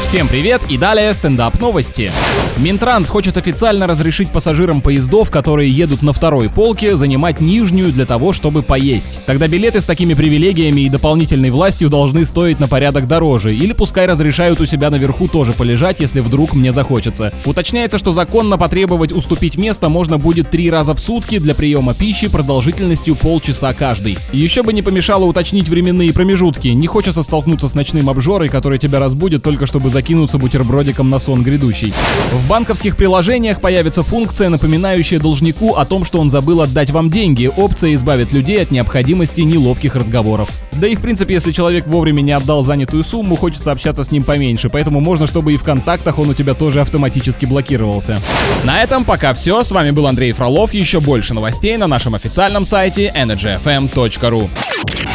Всем привет и далее стендап новости. Минтранс хочет официально разрешить пассажирам поездов, которые едут на второй полке, занимать нижнюю для того, чтобы поесть. Тогда билеты с такими привилегиями и дополнительной властью должны стоить на порядок дороже, или пускай разрешают у себя наверху тоже полежать, если вдруг мне захочется. Уточняется, что законно потребовать уступить место можно будет 3 раза в сутки для приема пищи продолжительностью полчаса каждый. И еще бы не помешало уточнить временные промежутки. Не хочется столкнуться с ночным обжорой, который тебя разбудит только чтобы закинуться бутербродиком на сон грядущий. В банковских приложениях появится функция, напоминающая должнику о том, что он забыл отдать вам деньги. Опция избавит людей от необходимости неловких разговоров. Да и в принципе, если человек вовремя не отдал занятую сумму, хочется общаться с ним поменьше, поэтому можно, чтобы и в контактах он у тебя тоже автоматически блокировался. На этом пока все. С вами был Андрей Фролов. Еще больше новостей на нашем официальном сайте energyfm.ru.